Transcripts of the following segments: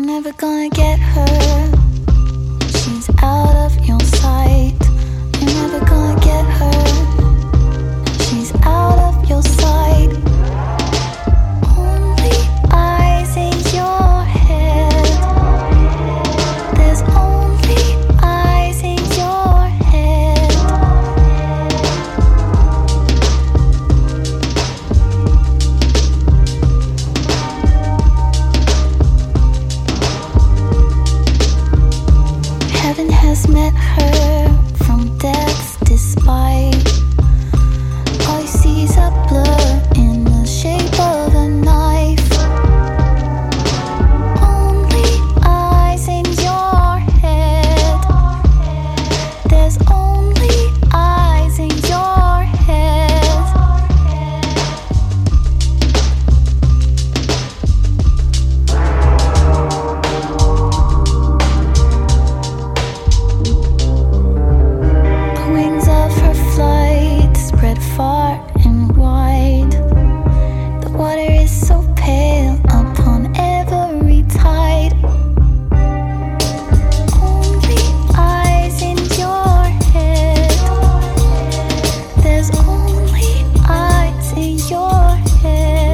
never gonna get her. She's out of your sight. You're never gonna get her. She's out of your sight. Only eyes in your head. There's only eyes in your head. Heaven has met her from death's despite. All you see is a blur in the shape of a knife. Only eyes in your head. There's only eyes in your head. The wings of her flight spread far and wide. The water is so pale upon every tide. Only eyes in your head. There's only eyes in your head.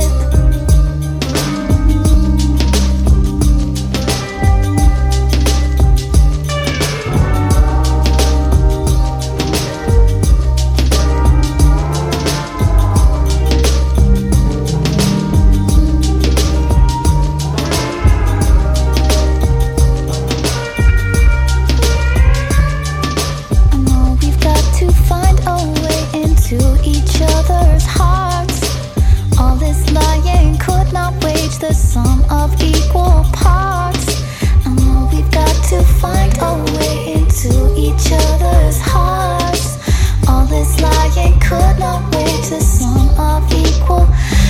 I know we've got to find a way into each other's hearts. All this lying could not wage the sum of equal parts. I know we've got to find a way into each other's hearts. All this lying could not wage the sum of equal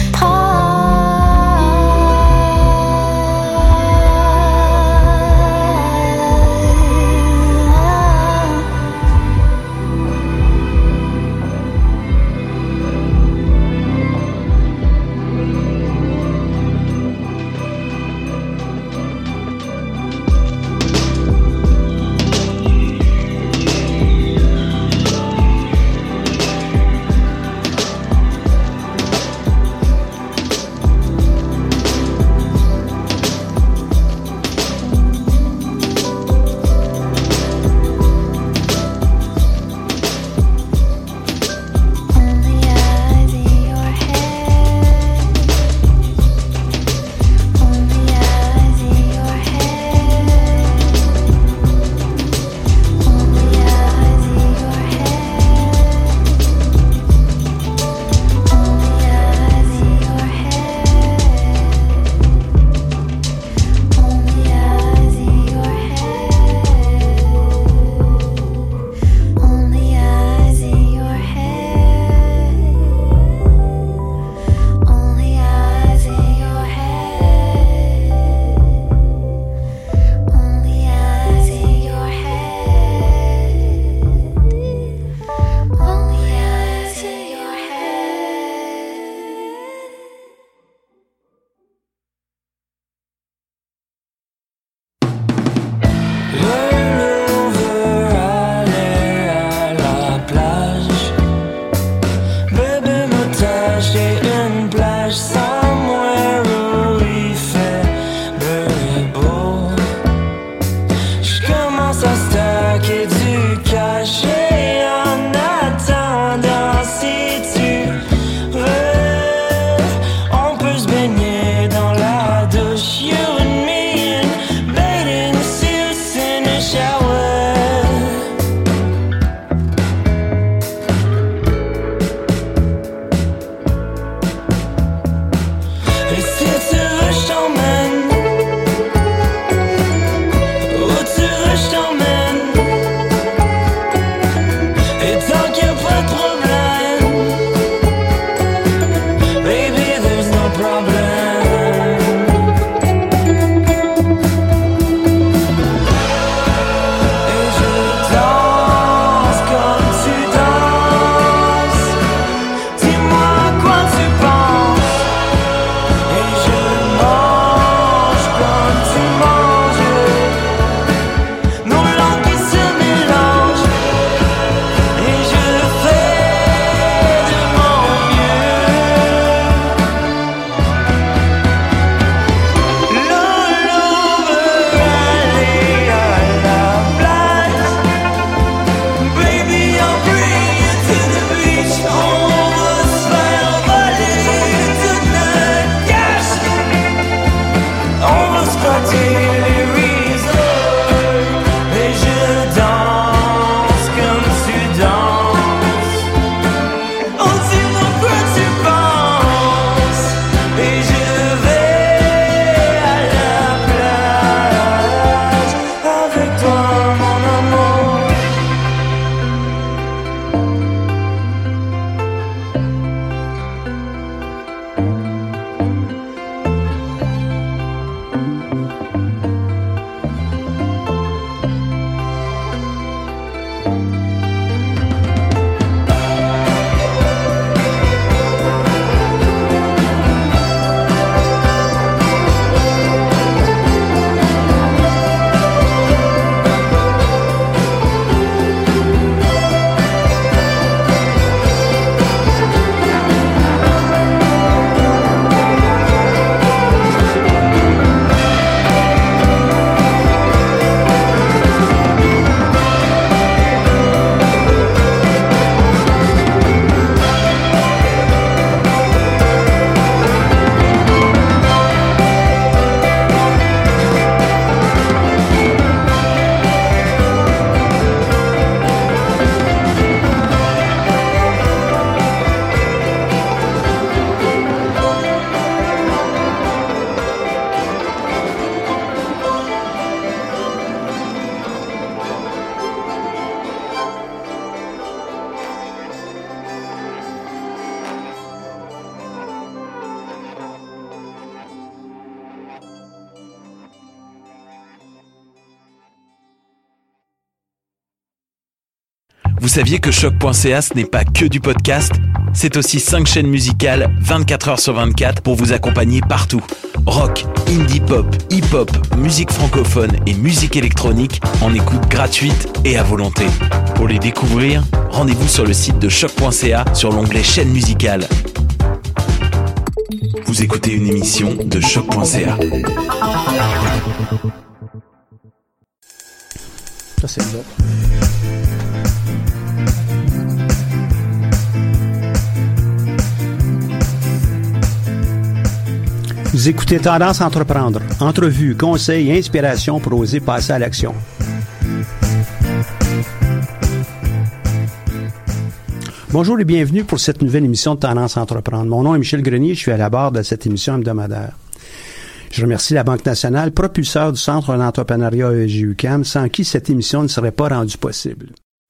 parts. Vous saviez que choc.ca, ce n'est pas que du podcast? C'est aussi 5 chaînes musicales, 24 heures sur 24, pour vous accompagner partout. Rock, indie pop, hip-hop, musique francophone et musique électronique en écoute gratuite et à volonté. Pour les découvrir, rendez-vous sur le site de choc.ca sur l'onglet chaîne musicale. Vous écoutez une émission de choc.ca. Ça, c'est là. Vous écoutez Tendance à entreprendre. Entrevues, conseils, inspiration pour oser passer à l'action. Bonjour et bienvenue pour cette nouvelle émission de Tendance à entreprendre. Mon nom est Michel Grenier, je suis à la barre de cette émission hebdomadaire. Je remercie la Banque nationale, propulseur du Centre d'entrepreneuriat ESG-UQAM, sans qui cette émission ne serait pas rendue possible.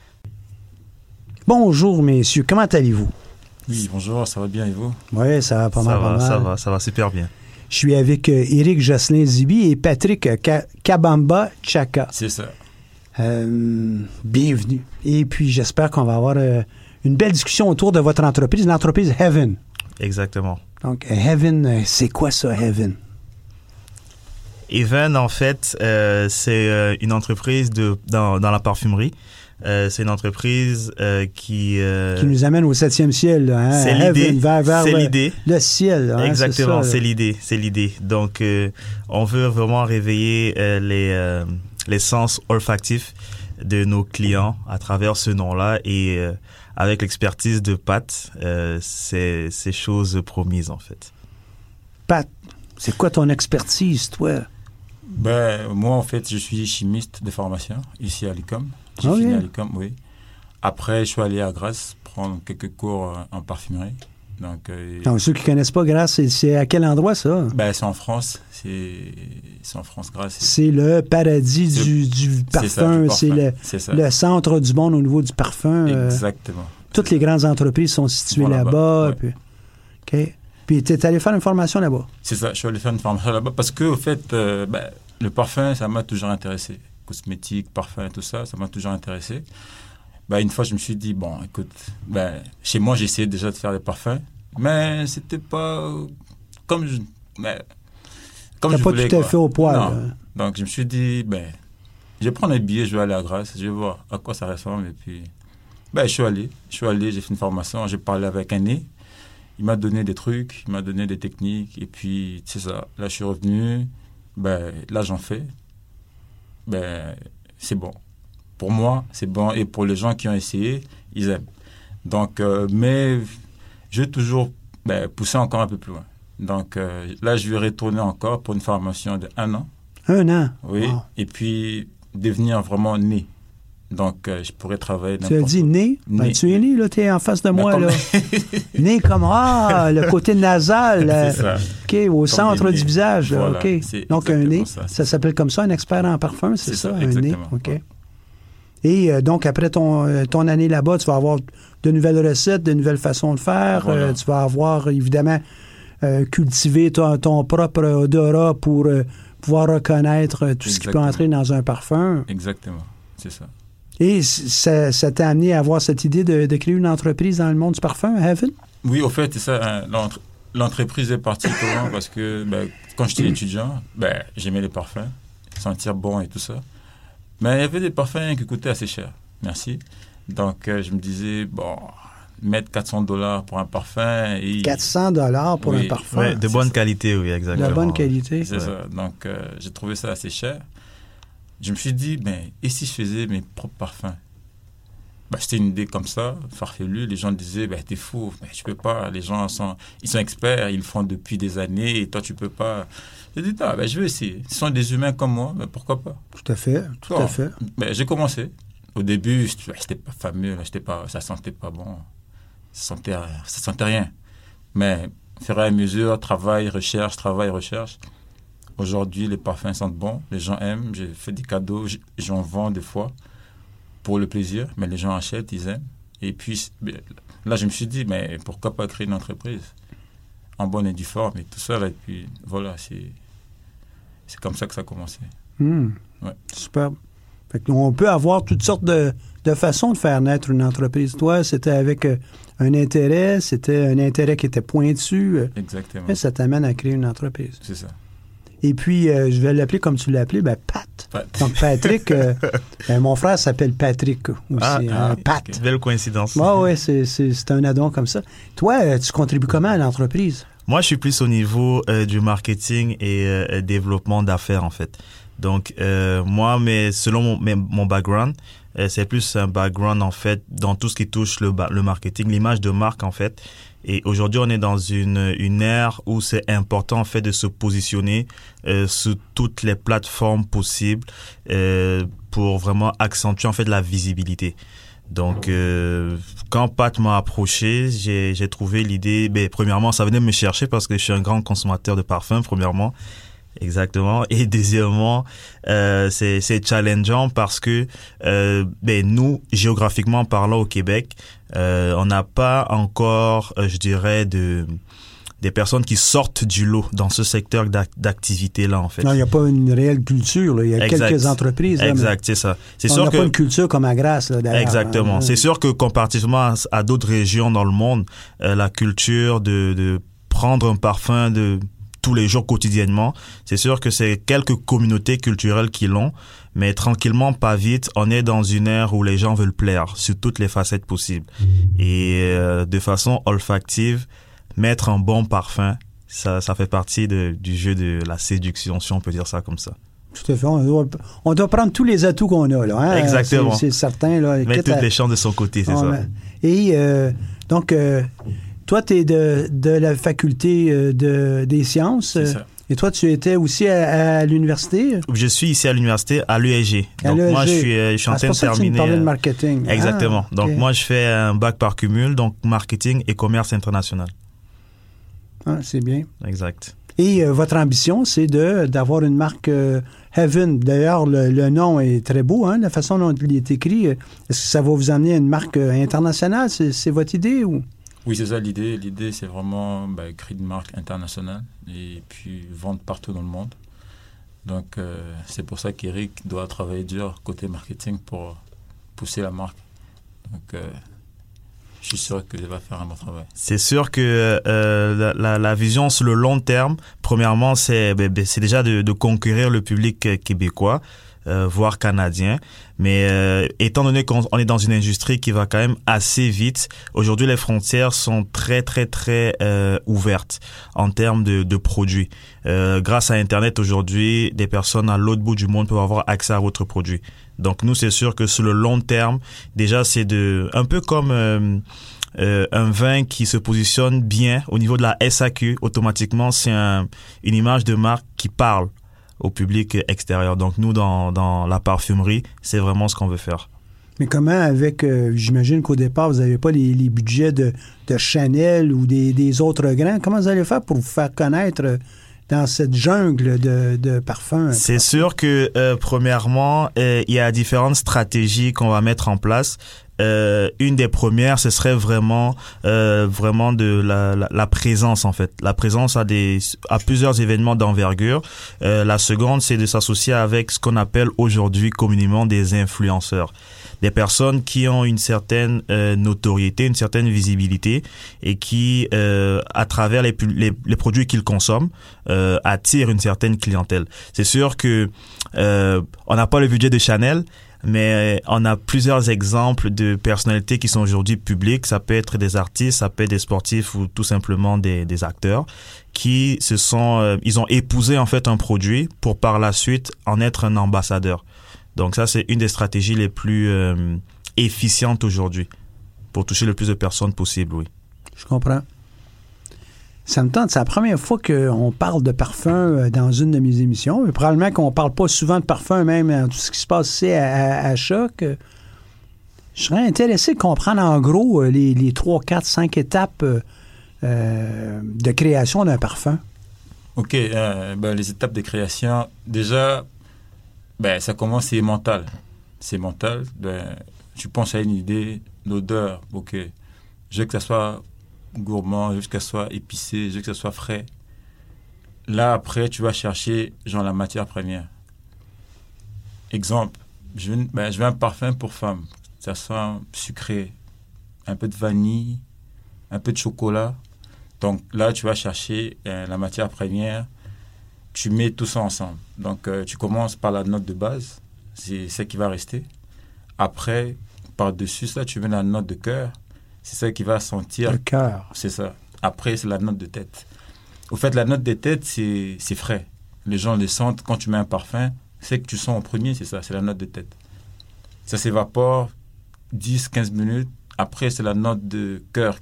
Bonjour messieurs, comment allez-vous? Oui, bonjour, ça va bien et vous? Oui, ça va pas mal. Ça va super bien. Je suis avec Éric Jocelyn Zibi et Patrick Kabamba Chaka. C'est ça. Bienvenue. Et puis, j'espère qu'on va avoir une belle discussion autour de votre entreprise, l'entreprise Heaven. Exactement. Donc, Heaven, c'est quoi ça, Heaven? Heaven, en fait, c'est une entreprise dans la parfumerie. C'est une entreprise qui nous amène au 7e ciel. Là, hein? C'est l'idée. Vers c'est l'idée. Le ciel. Hein? Exactement, c'est l'idée. Donc, on veut vraiment réveiller les sens olfactifs de nos clients à travers ce nom-là. Et avec l'expertise de Pat, c'est chose promise, en fait. Pat, c'est quoi ton expertise, toi? Ben, moi, en fait, je suis chimiste de formation ici à l'UQAM. J'ai fini à l'UQAM, oui. Après, je suis allé à Grasse prendre quelques cours en parfumerie. Donc, ceux qui ne connaissent pas Grasse, c'est à quel endroit, ça? Ben, c'est en France. C'est en France, Grasse. C'est le paradis du parfum. C'est le centre du monde au niveau du parfum. Exactement. Toutes les grandes entreprises sont situées là-bas. Ouais. Puis, puis tu es allé faire une formation là-bas? C'est ça, je suis allé faire une formation là-bas parce que, au fait, le parfum, ça m'a toujours intéressé. Cosmétiques, parfums, tout ça, ça m'a toujours intéressé. Une fois, je me suis dit, bon, écoute, chez moi, j'ai essayé déjà de faire des parfums, mais c'était pas comme je voulais. T'as pas tout à fait au poil. Donc, je me suis dit, je vais prendre un billet, je vais aller à Grasse, je vais voir à quoi ça ressemble. Et puis, je suis allé, j'ai fait une formation, j'ai parlé avec un nez. Il m'a donné des trucs, il m'a donné des techniques. Et puis, c'est ça. Là, je suis revenu. Là, j'en fais. C'est bon. Pour moi, c'est bon. Et pour les gens qui ont essayé, ils aiment. Donc, mais je vais toujours pousser encore un peu plus loin. Donc, là, je vais retourner encore pour une formation de 1 an. 1 an? Oui. Wow. Et puis, devenir vraiment né. Donc, je pourrais travailler Tu as dit né? Tu es né, là, tu es en face de moi, là. Né comme, le côté nasal. C'est ça. OK, au centre du visage, là. Voilà, OK. Donc, un nez, ça s'appelle comme ça, un expert en parfum, c'est ça, un exactement. nez? OK. Et donc, après ton année là-bas, tu vas avoir de nouvelles recettes, de nouvelles façons de faire. Voilà. Tu vas avoir, évidemment, cultivé ton propre odorat pour pouvoir reconnaître tout ce qui peut entrer dans un parfum. Exactement, c'est ça. Et ça t'a amené à avoir cette idée de créer une entreprise dans le monde du parfum, Heaven? Oui, au fait, c'est ça. L'entreprise est partie comment? Parce que quand j'étais étudiant, j'aimais les parfums, sentir bon et tout ça. Mais il y avait des parfums qui coûtaient assez cher. Merci. Donc, je me disais, mettre $400 pour un parfum. Et... $400 pour un parfum? Oui, de bonne qualité, oui, exactement. De bonne qualité. C'est ça. Donc, j'ai trouvé ça assez cher. Je me suis dit, et si je faisais mes propres parfums? C'était une idée comme ça, farfelue. Les gens disaient, t'es fou, tu peux pas. Les gens ils sont experts, ils le font depuis des années, et toi, tu peux pas. J'ai dit, je vais essayer. Ce sont des humains comme moi, pourquoi pas? Tout à fait, tout à fait. J'ai commencé. Au début, c'était pas fameux, ça sentait pas bon. Ça sentait rien. Mais, au fur et à mesure, travail, recherche. Aujourd'hui, les parfums sentent bon, les gens aiment, j'ai fait des cadeaux, j'en vends des fois pour le plaisir, mais les gens achètent, ils aiment. Et puis, là, je me suis dit, pourquoi pas créer une entreprise en bonne et due forme et tout ça, là, et puis voilà, c'est comme ça que ça a commencé. Ouais. Super. Fait qu'on peut avoir toutes sortes de de façon de faire naître une entreprise. Toi, c'était avec un intérêt qui était pointu. Exactement. Et ça t'amène à créer une entreprise. C'est ça. Et puis, je vais l'appeler comme tu l'as appelé, Pat. Donc, Patrick, mon frère s'appelle Patrick aussi. Pat. Okay. Belle coïncidence. Oui, c'est un addon comme ça. Toi, tu contribues comment à l'entreprise? Moi, je suis plus au niveau du marketing et développement d'affaires, en fait. Donc, moi, selon mon background, c'est plus un background, en fait, dans tout ce qui touche le marketing, l'image de marque, en fait. Et aujourd'hui, on est dans une ère où c'est important, en fait, de se positionner sur toutes les plateformes possibles pour vraiment accentuer, en fait, la visibilité. Donc, quand Pat m'a approché, j'ai trouvé l'idée, premièrement, ça venait me chercher parce que je suis un grand consommateur de parfums, premièrement. Exactement. Et deuxièmement, c'est challengeant parce que nous, géographiquement parlant au Québec, on n'a pas encore, je dirais, des personnes qui sortent du lot dans ce secteur d'activité-là, en fait. Non, il n'y a pas une réelle culture. Là. Il y a quelques entreprises. Là, exact, c'est ça. C'est on n'a pas une culture comme à Grasse, là, d'ailleurs. Exactement. C'est sûr que comparativement à d'autres régions dans le monde, la culture de prendre un parfum de tous les jours quotidiennement, c'est sûr que c'est quelques communautés culturelles qui l'ont, mais tranquillement, pas vite, on est dans une ère où les gens veulent plaire sur toutes les facettes possibles. Et de façon olfactive, mettre un bon parfum, ça fait partie du jeu de la séduction, si on peut dire ça comme ça. Tout à fait. On doit prendre tous les atouts qu'on a. Là, hein? Exactement. C'est certain. Là, mettre toutes les chances de son côté, c'est ça. Et donc, toi, tu es de la faculté des sciences. C'est ça. Et toi, tu étais aussi à l'université? Je suis ici à l'université, à l'USG. Donc, moi, je suis en train de terminer. C'est pour ça que tu me parlais de marketing. Exactement. Okay. Donc, moi, je fais un bac par cumul, donc marketing et commerce international. Ah, c'est bien. Exact. Et votre ambition, c'est d'avoir une marque Heaven. D'ailleurs, le nom est très beau, hein, la façon dont il est écrit. Est-ce que ça va vous amener à une marque internationale? C'est votre idée ou? Oui, c'est ça l'idée. L'idée, c'est vraiment créer une marque internationale et puis vendre partout dans le monde. Donc, c'est pour ça qu'Éric doit travailler dur côté marketing pour pousser la marque. Donc, je suis sûr que je vais faire un bon travail. C'est sûr que la vision sur le long terme, premièrement, c'est déjà de conquérir le public québécois, voire canadien. Mais étant donné qu'on est dans une industrie qui va quand même assez vite, aujourd'hui les frontières sont très très très ouvertes en termes de produits. Grâce à Internet aujourd'hui, des personnes à l'autre bout du monde peuvent avoir accès à votre produit. Donc nous, c'est sûr que sur le long terme, déjà c'est un peu comme un vin qui se positionne bien au niveau de la SAQ, automatiquement c'est une image de marque qui parle au public extérieur. Donc nous, dans la parfumerie, c'est vraiment ce qu'on veut faire. Mais comment avec, j'imagine qu'au départ, vous n'avez pas les budgets de Chanel ou des autres grands. Comment vous allez faire pour vous faire connaître dans cette jungle de parfums? C'est sûr que, premièrement, il y a différentes stratégies qu'on va mettre en place. Une des premières, ce serait vraiment de la présence, en fait. La présence à plusieurs événements d'envergure. La seconde, c'est de s'associer avec ce qu'on appelle aujourd'hui communément des influenceurs. Des personnes qui ont une certaine notoriété, une certaine visibilité et qui, à travers les produits qu'ils consomment, attirent une certaine clientèle. C'est sûr que on n'a pas le budget de Chanel, mais on a plusieurs exemples de personnalités qui sont aujourd'hui publiques. Ça peut être des artistes, ça peut être des sportifs ou tout simplement des acteurs qui ils ont épousé en fait un produit pour par la suite en être un ambassadeur. Donc ça, c'est une des stratégies les plus efficientes aujourd'hui pour toucher le plus de personnes possible, oui. Je comprends. Ça me tente. C'est la première fois qu'on parle de parfum dans une de mes émissions. Mais probablement qu'on ne parle pas souvent de parfum, même dans tout ce qui se passe ici à Choc. Je serais intéressé de comprendre en gros les 3, 4, 5 étapes de création d'un parfum. OK. Les étapes de création, déjà, ça commence, c'est mental. C'est mental. Tu penses à une idée d'odeur. OK. Je veux que ça soit gourmand, je veux que ça soit épicé, je veux que ça soit frais. Là, après, tu vas chercher la matière première. Exemple, je veux un parfum pour femme. ça sent sucré. Un peu de vanille, un peu de chocolat. Donc là, tu vas chercher la matière première, tu mets tout ça ensemble. Donc tu commences par la note de base, c'est celle qui va rester. Après, par-dessus ça, tu mets la note de cœur, c'est celle qui va sentir. Le cœur. C'est ça. Après, c'est la note de tête. Au fait, la note de tête, c'est frais. Les gens le sentent quand tu mets un parfum. C'est que tu sens en premier, c'est ça, c'est la note de tête. Ça s'évapore 10-15 minutes. Après, c'est la note de cœur.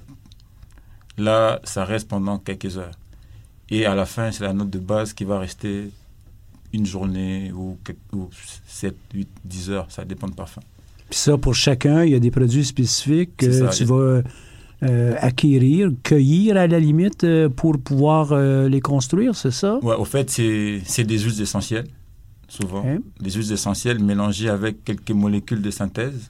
Là, ça reste pendant quelques heures. Et à la fin, c'est la note de base qui va rester une journée ou 7, 8, 10 heures. Ça dépend de parfum. Puis ça, pour chacun, il y a des produits spécifiques que tu vas acquérir, cueillir à la limite pour pouvoir les construire, c'est ça? Oui, au fait, c'est des huiles essentielles, souvent. Okay. Des huiles essentielles mélangées avec quelques molécules de synthèse.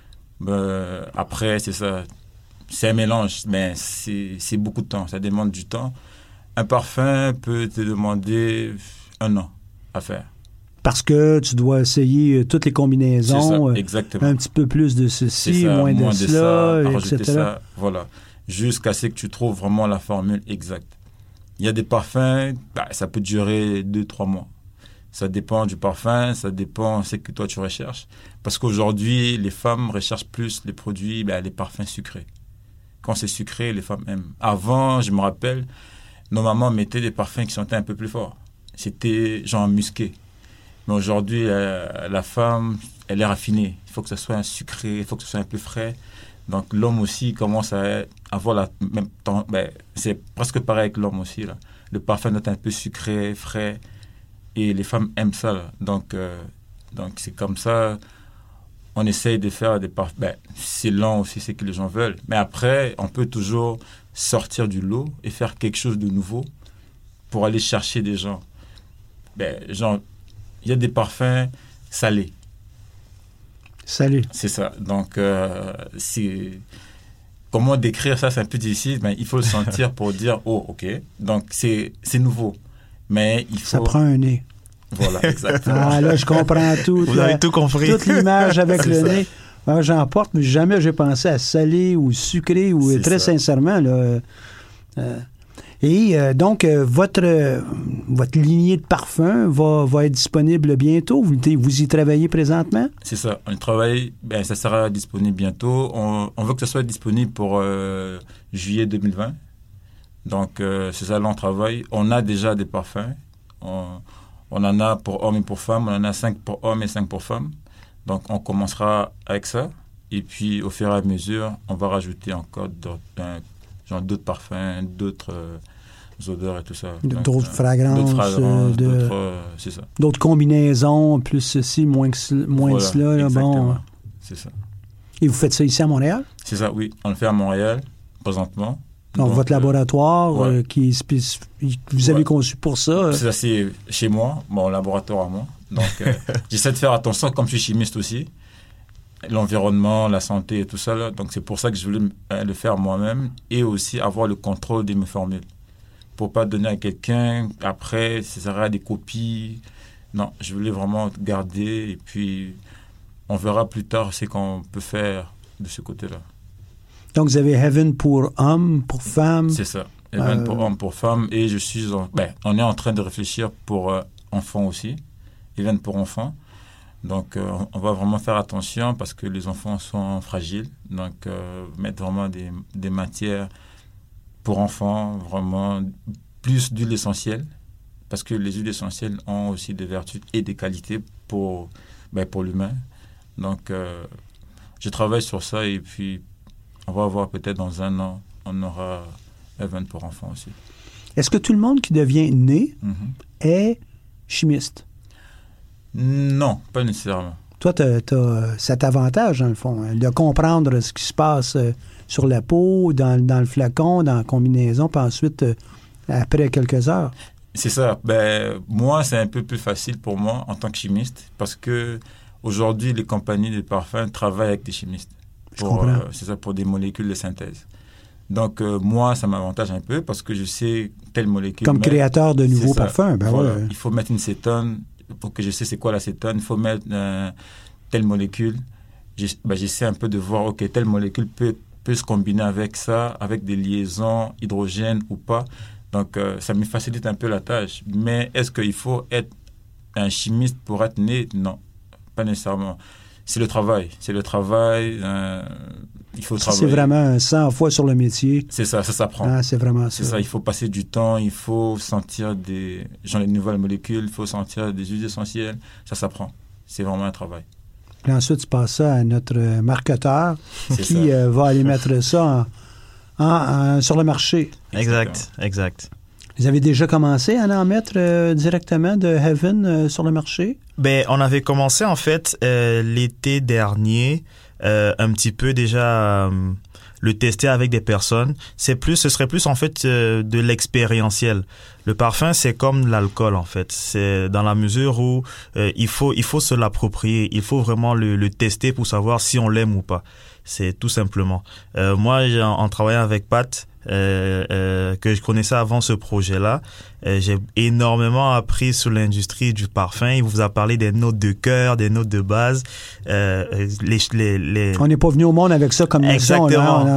Après, c'est ça. C'est un mélange, mais c'est beaucoup de temps. Ça demande du temps. Un parfum peut te demander 1 an à faire. Parce que tu dois essayer toutes les combinaisons. C'est ça, exactement. Un petit peu plus de ceci, moins de cela, etc. Ça, voilà. Jusqu'à ce que tu trouves vraiment la formule exacte. Il y a des parfums, ça peut durer 2-3 mois. Ça dépend du parfum, ça dépend de ce que toi tu recherches. Parce qu'aujourd'hui, les femmes recherchent plus les produits, les parfums sucrés. Quand c'est sucré, les femmes aiment. Avant, je me rappelle, nos mamans mettaient des parfums qui sentaient un peu plus fort. C'était genre musqué. Mais aujourd'hui, la femme, elle est raffinée. Il faut que ça soit un sucré, il faut que ce soit un peu frais. Donc l'homme aussi commence à avoir la même temps. C'est presque pareil avec l'homme aussi, là. Le parfum doit être un peu sucré, frais. Et les femmes aiment ça, là. Donc c'est comme ça. On essaye de faire des parfums. C'est lent aussi, c'est que les gens veulent. Mais après, on peut toujours sortir du lot et faire quelque chose de nouveau pour aller chercher des gens. Genre, il y a des parfums salés. Salés. C'est ça. Donc, comment décrire ça, c'est un peu difficile, mais il faut le sentir pour dire, oh, OK. Donc, c'est nouveau. Mais il faut... Ça prend un nez. Voilà, exactement. Ah, là, je comprends tout. Vous avez tout compris. Toute l'image avec le nez. Alors, j'en porte, mais jamais j'ai pensé à salé ou sucré, ou c'est très ça. Sincèrement, là. Donc, votre lignée de parfums va être disponible bientôt. Vous y travaillez présentement? C'est ça. On travaille. Ça sera disponible bientôt. On veut que ça soit disponible pour juillet 2020. Donc, c'est ça, là, on travaille. On a déjà des parfums. On en a pour hommes et pour femmes. On en a 5 pour hommes et 5 pour femmes. Donc, on commencera avec ça. Et puis, au fur et à mesure, on va rajouter encore d'autres parfums, d'autres odeurs et tout ça. D'autres fragrances. C'est ça. D'autres combinaisons, plus ceci, moins de cela. Là, bon. C'est ça. Et vous faites ça ici à Montréal? C'est ça, oui. On le fait à Montréal, présentement. Donc votre laboratoire qui est spécifique, vous avez conçu pour ça? Ça, c'est chez moi, mon laboratoire à moi. Donc, j'essaie de faire attention, comme je suis chimiste aussi. L'environnement, la santé et tout ça. Là. Donc, c'est pour ça que je voulais le faire moi-même et aussi avoir le contrôle de mes formules. Pour ne pas donner à quelqu'un, après, ça sera des copies. Non, je voulais vraiment garder et puis on verra plus tard ce qu'on peut faire de ce côté-là. Donc, vous avez Heaven pour hommes, pour femmes. C'est ça. Heaven pour hommes, pour femmes. Et je suis on est en train de réfléchir pour enfants aussi. Heaven pour enfants. Donc, on va vraiment faire attention parce que les enfants sont fragiles. Donc, mettre vraiment des matières pour enfants, vraiment plus d'huile essentielle. Parce que les huiles essentielles ont aussi des vertus et des qualités pour l'humain. Donc, je travaille sur ça et puis on va voir peut-être dans 1 an, on aura Heaven pour enfants aussi. Est-ce que tout le monde qui devient né est chimiste? Non, pas nécessairement. Toi, tu as cet avantage, dans le fond, de comprendre ce qui se passe sur la peau, dans le flacon, dans la combinaison, puis ensuite, après quelques heures. C'est ça. Moi, c'est un peu plus facile pour moi en tant que chimiste parce que aujourd'hui, les compagnies de parfums travaillent avec des chimistes. C'est ça, pour des molécules de synthèse. Donc, moi, ça m'avantage un peu parce que je sais telle molécule. Comme créateur de nouveaux parfums. Voilà. Il faut mettre une cétone pour que je sais c'est quoi la cétone. Il faut mettre telle molécule. j'essaie un peu de voir, OK, telle molécule peut se combiner avec ça, avec des liaisons hydrogène ou pas. Donc, ça me facilite un peu la tâche. Mais est-ce qu'il faut être un chimiste pour être né? Non, pas nécessairement. C'est le travail. Il faut travailler. C'est vraiment 100 fois sur le métier. C'est ça s'apprend. Ah, c'est vraiment ça. C'est ça, il faut passer du temps, il faut sentir les nouvelles molécules, il faut sentir des huiles essentielles. Ça s'apprend. C'est vraiment un travail. Puis ensuite, tu passes ça à notre marketeur qui va aller mettre ça sur le marché. Exact. Vous avez déjà commencé à en mettre directement de Heaven sur le marché? Ben, on avait commencé en fait l'été dernier, un petit peu déjà le tester avec des personnes. Ce serait plus en fait de l'expérientiel. Le parfum, c'est comme l'alcool en fait. C'est dans la mesure où il faut se l'approprier. Il faut vraiment le tester pour savoir si on l'aime ou pas. C'est tout simplement. Moi, en travaillant avec Pat, que je connaissais avant ce projet-là, j'ai énormément appris sur l'industrie du parfum. Il vous a parlé des notes de cœur, des notes de base. On n'est pas venu au monde avec ça comme notion.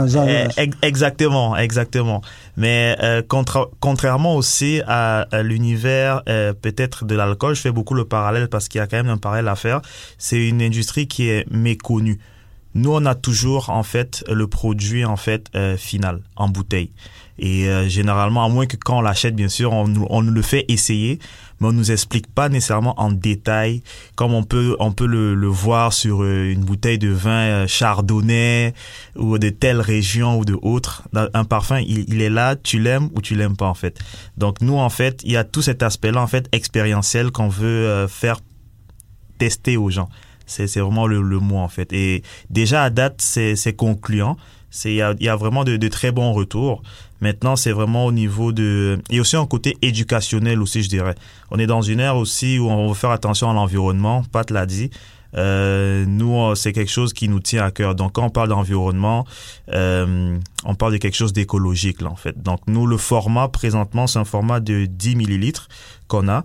Exactement. Mais contrairement aussi à l'univers peut-être de l'alcool, je fais beaucoup le parallèle parce qu'il y a quand même un parallèle à faire. C'est une industrie qui est méconnue. Nous, on a toujours, en fait, le produit, en fait, final, en bouteille. Et généralement, à moins que quand on l'achète, bien sûr, on nous le fait essayer, mais on nous explique pas nécessairement en détail, comme on peut le voir sur une bouteille de vin chardonnay ou de telle région ou de autre. Un parfum, il est là, tu l'aimes ou tu l'aimes pas, en fait. Donc, nous, en fait, il y a tout cet aspect-là, en fait, expérientiel qu'on veut faire tester aux gens. C'est vraiment le mot, en fait. Et déjà, à date, c'est concluant. Il y a vraiment de très bons retours. Maintenant, c'est vraiment au niveau et aussi un côté éducationnel aussi, je dirais. On est dans une ère aussi où on veut faire attention à l'environnement. Pat l'a dit. Nous, c'est quelque chose qui nous tient à cœur. Donc, quand on parle d'environnement, on parle de quelque chose d'écologique, là, en fait. Donc, nous, le format, présentement, c'est un format de 10 millilitres qu'on a.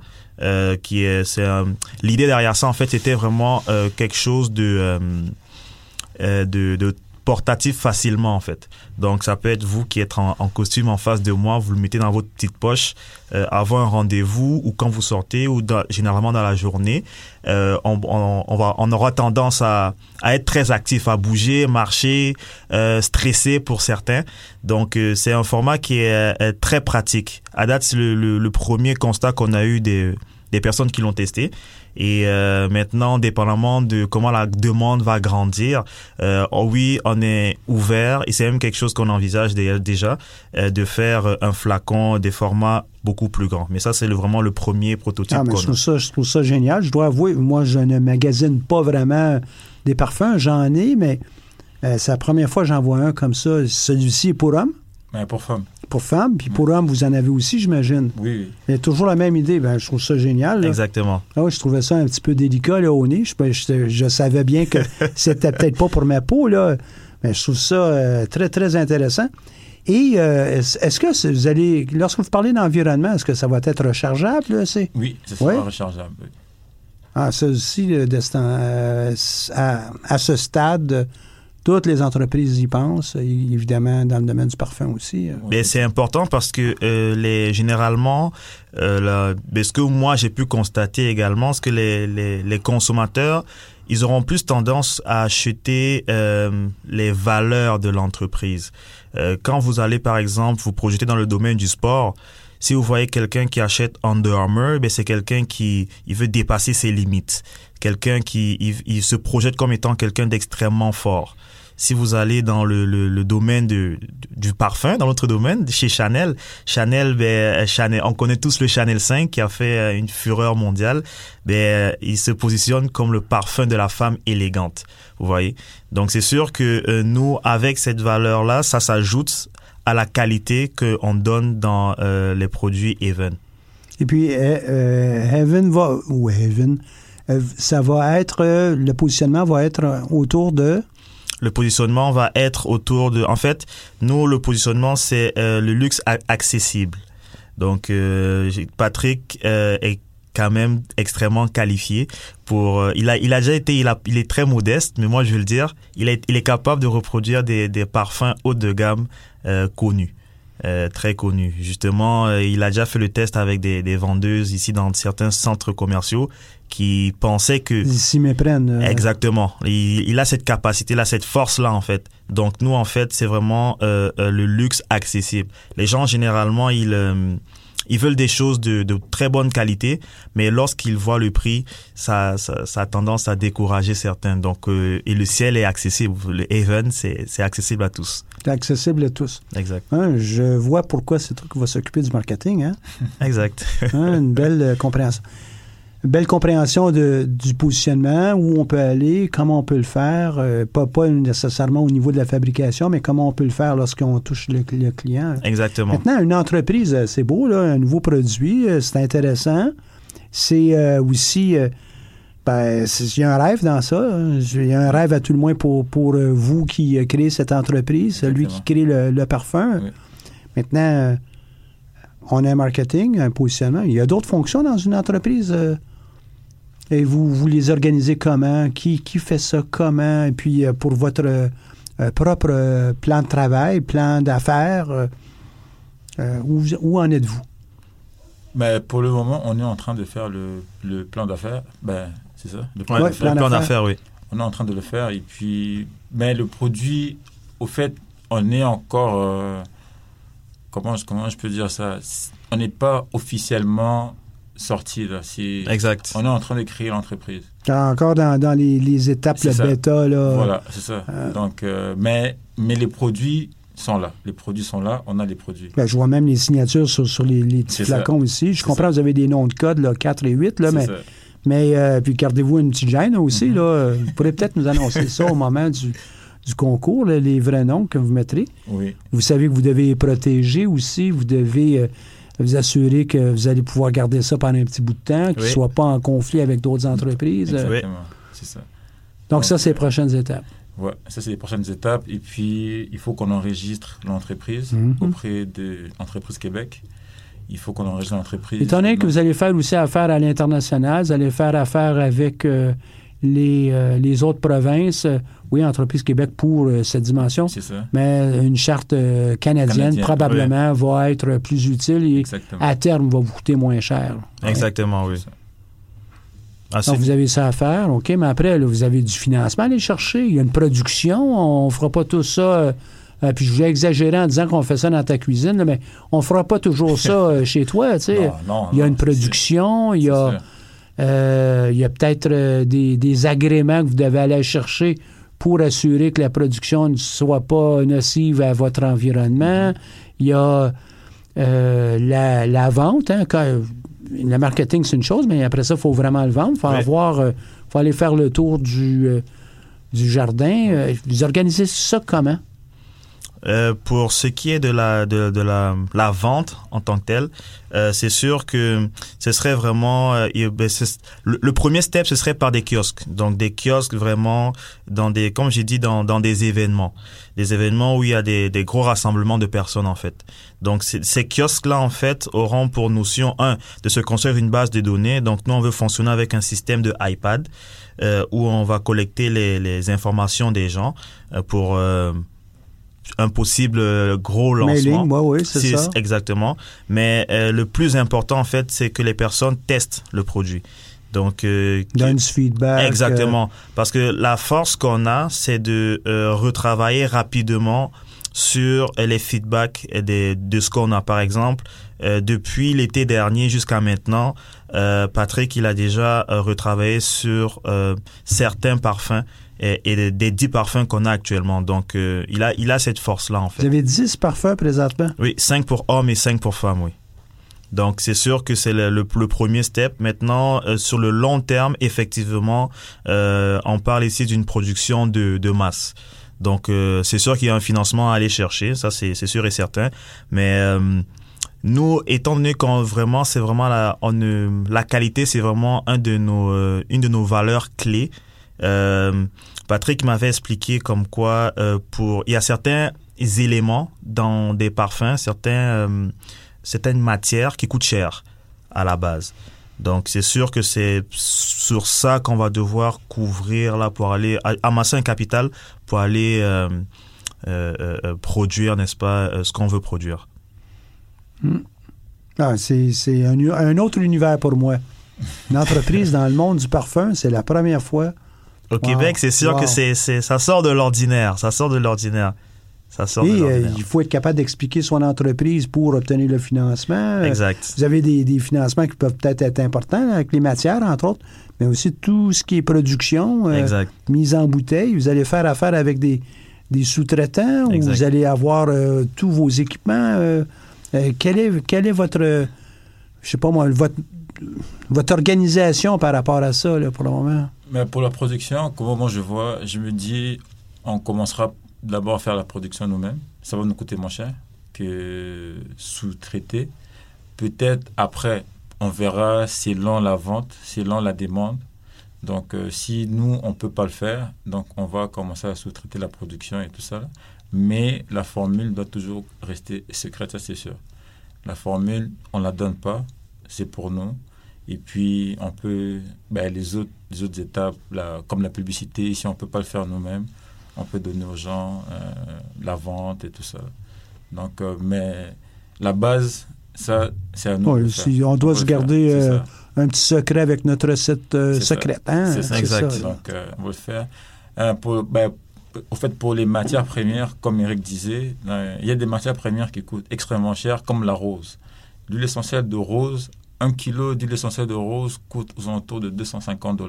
L'idée derrière ça en fait c'était vraiment quelque chose de portatif facilement en fait. Donc ça peut être vous qui êtes en costume en face de moi, vous le mettez dans votre petite poche avant un rendez-vous ou quand vous sortez ou généralement dans la journée. On aura tendance à être très actif, à bouger, marcher, stressé pour certains. Donc c'est un format qui est très pratique. À date, c'est le premier constat qu'on a eu des personnes qui l'ont testé. Et maintenant, dépendamment de comment la demande va grandir, oui, on est ouvert et c'est même quelque chose qu'on envisage déjà de faire un flacon des formats beaucoup plus grands. Mais ça, c'est vraiment le premier prototype qu'on a. Je trouve ça génial. Je dois avouer, moi, je ne magasine pas vraiment des parfums. J'en ai, mais c'est la première fois que j'en vois un comme ça. Celui-ci est pour homme? Ben, pour femme. Pour femme, puis pour homme, vous en avez aussi, j'imagine. Oui. Il y a toujours la même idée. Ben, je trouve ça génial. Là. Exactement. Ah oui, je trouvais ça un petit peu délicat là, au nez. Je savais bien que c'était peut-être pas pour ma peau, là. Mais je trouve ça très, très intéressant. Et est-ce que vous allez, lorsque vous parlez d'environnement, est-ce que ça va être rechargeable? Là, Oui, ça sera rechargeable. Oui. Ah, ça aussi, à ce stade... Toutes les entreprises y pensent, évidemment, dans le domaine du parfum aussi. Mais c'est important parce que généralement, ce que moi j'ai pu constater également, c'est que les consommateurs, ils auront plus tendance à acheter les valeurs de l'entreprise. Quand vous allez, par exemple, vous projeter dans le domaine du sport, si vous voyez quelqu'un qui achète Under Armour, c'est quelqu'un qui veut dépasser ses limites. Quelqu'un il se projette comme étant quelqu'un d'extrêmement fort. Si vous allez dans le domaine du parfum, dans notre domaine, chez Chanel, on connaît tous le Chanel 5 qui a fait une fureur mondiale. Il se positionne comme le parfum de la femme élégante. Vous voyez? Donc c'est sûr que nous, avec cette valeur-là, ça s'ajoute à la qualité qu'on donne dans les produits Heaven. Et puis, ça va être, le positionnement va être autour de... Le positionnement va être autour de... En fait, nous, le positionnement, c'est le luxe accessible. Donc, Patrick est quand même extrêmement qualifié pour il a déjà été il est très modeste, mais moi je veux le dire, il est capable de reproduire des parfums haut de gamme connus. Très connus. Justement, il a déjà fait le test avec des vendeuses ici dans certains centres commerciaux qui pensaient que... Ils s'y méprennent. Exactement. Il a cette capacité, il a cette force-là, en fait. Donc, nous, en fait, c'est vraiment le luxe accessible. Les gens, généralement, ils veulent des choses de très bonne qualité, mais lorsqu'ils voient le prix, ça a tendance à décourager certains. Donc, et le ciel est accessible. Le Haven, c'est accessible à tous. C'est accessible à tous. Exact. Hein, je vois pourquoi c'est toi qui va s'occuper du marketing. Hein? Exact. Hein, une belle compréhension. Une belle compréhension du positionnement, où on peut aller, comment on peut le faire, pas nécessairement au niveau de la fabrication, mais comment on peut le faire lorsqu'on touche le client. Exactement. Maintenant, une entreprise, c'est beau, là, un nouveau produit, c'est intéressant. C'est aussi... il y a un rêve dans ça. Hein. Il y a un rêve à tout le moins pour vous qui créez cette entreprise, celui qui crée le parfum. Oui. Maintenant, on a un marketing, un positionnement. Il y a d'autres fonctions dans une entreprise. Et vous les organisez comment? Qui fait ça comment? Et puis, pour votre propre plan de travail, plan d'affaires, où en êtes-vous? Mais pour le moment, on est en train de faire le plan d'affaires. C'est ça? Le plan d'affaires, oui. On est en train de le faire. Et puis, mais le produit, au fait, on est encore... comment je peux dire ça? On n'est pas officiellement sorti là. Exact. On est en train de créer l'entreprise. Encore dans les étapes, c'est le ça. bêta. Là. Voilà, c'est ça. Donc, mais les produits sont là. Les produits sont là. On a les produits. Je vois même les signatures sur les petits flacons ici. Je comprends, vous avez des noms de code, là, 4 et 8, là, mais puis gardez-vous une petite gêne aussi. Là. Vous pourrez peut-être nous annoncer ça au moment du concours, là, les vrais noms que vous mettrez. Oui. Vous savez que vous devez les protéger aussi. Vous devez vous assurer que vous allez pouvoir garder ça pendant un petit bout de temps, qu'ils ne soient pas en conflit avec d'autres entreprises. Exactement, c'est ça. Donc ça, c'est les prochaines étapes. Oui, ça, c'est les prochaines étapes. Et puis, il faut qu'on enregistre l'entreprise auprès de l'entreprise Québec. Il faut qu'on enregistre l'entreprise. Étant donné que vous allez faire aussi affaire à l'international, vous allez faire affaire avec les autres provinces. Oui, Entreprise Québec pour cette dimension. C'est ça. Mais une charte canadienne probablement va être plus utile et à terme va vous coûter moins cher. Exactement, oui. Donc, vous avez ça à faire, OK, mais après, là, vous avez du financement à aller chercher. Il y a une production. On ne fera pas tout ça... puis je vais exagérer en disant qu'on fait ça dans ta cuisine, là, mais on ne fera pas toujours ça chez toi, tu sais. Il y a une production, il y a peut-être des agréments que vous devez aller chercher pour assurer que la production ne soit pas nocive à votre environnement. Il y a la vente, hein, le marketing, c'est une chose, mais après ça, il faut vraiment le vendre. Il faut aller faire le tour du jardin. Vous organisez ça comment? Pour ce qui est de la vente en tant que telle, c'est sûr que ce serait vraiment le premier step, ce serait par des kiosques. Donc des kiosques vraiment comme j'ai dit, dans des événements où il y a des gros rassemblements de personnes en fait. Donc ces kiosques-là en fait auront pour notion de se construire une base de données. Donc nous on veut fonctionner avec un système de iPad où on va collecter les informations des gens pour un possible gros lancement. Mailing, oui, c'est ça. Exactement. Mais le plus important, en fait, c'est que les personnes testent le produit. Donc, donne du feedback. Exactement. Parce que la force qu'on a, c'est de retravailler rapidement sur les feedbacks de ce qu'on a. Par exemple, depuis l'été dernier jusqu'à maintenant, Patrick, il a déjà retravaillé sur certains parfums et des 10 parfums qu'on a actuellement. Donc, il a cette force-là, en fait. Vous avez 10 parfums présentement? Oui, 5 pour hommes et 5 pour femmes, oui. Donc, c'est sûr que c'est le premier step. Maintenant, sur le long terme, effectivement, on parle ici d'une production de masse. Donc, c'est sûr qu'il y a un financement à aller chercher, ça c'est sûr et certain. Mais nous, étant donné c'est vraiment la qualité, c'est vraiment une de nos valeurs clés. Patrick m'avait expliqué comme quoi il y a certains éléments dans des parfums, certaines matières qui coûtent cher à la base. Donc, c'est sûr que c'est sur ça qu'on va devoir couvrir là pour aller amasser un capital pour aller produire, n'est-ce pas, ce qu'on veut produire. Ah, c'est un autre univers pour moi. Une entreprise dans le monde du parfum, c'est la première fois. Au Québec, c'est sûr que ça sort de l'ordinaire. Ça sort de l'ordinaire. Il faut être capable d'expliquer son entreprise pour obtenir le financement. Exact. Vous avez des financements qui peuvent peut-être être importants, avec les matières, entre autres, mais aussi tout ce qui est production, mise en bouteille. Vous allez faire affaire avec des sous-traitants ou vous allez avoir tous vos équipements. Quelle est votre, je sais pas moi, votre organisation par rapport à ça, là, pour le moment? Mais pour la production, comment moi je vois, je me dis, on commencera d'abord à faire la production nous-mêmes. Ça va nous coûter moins cher que sous-traiter. Peut-être après, on verra selon la vente, selon la demande. Donc, si nous, on ne peut pas le faire, donc on va commencer à sous-traiter la production et tout ça. Mais la formule doit toujours rester secrète, ça c'est sûr. La formule, on ne la donne pas, c'est pour nous. Et puis, on peut, les autres étapes, comme la publicité, si on ne peut pas le faire nous-mêmes, on peut donner aux gens la vente et tout ça. Donc, mais la base, ça, c'est à nous. Oui, si on doit se garder un petit secret avec notre recette secrète. C'est ça, exact. Ça. Donc, on va le faire. Au fait, pour les matières premières, comme Eric disait, il y a des matières premières qui coûtent extrêmement cher, comme la rose. L'huile essentielle de rose, 1 kilo d'huile essentielle de rose coûte aux alentours de $250.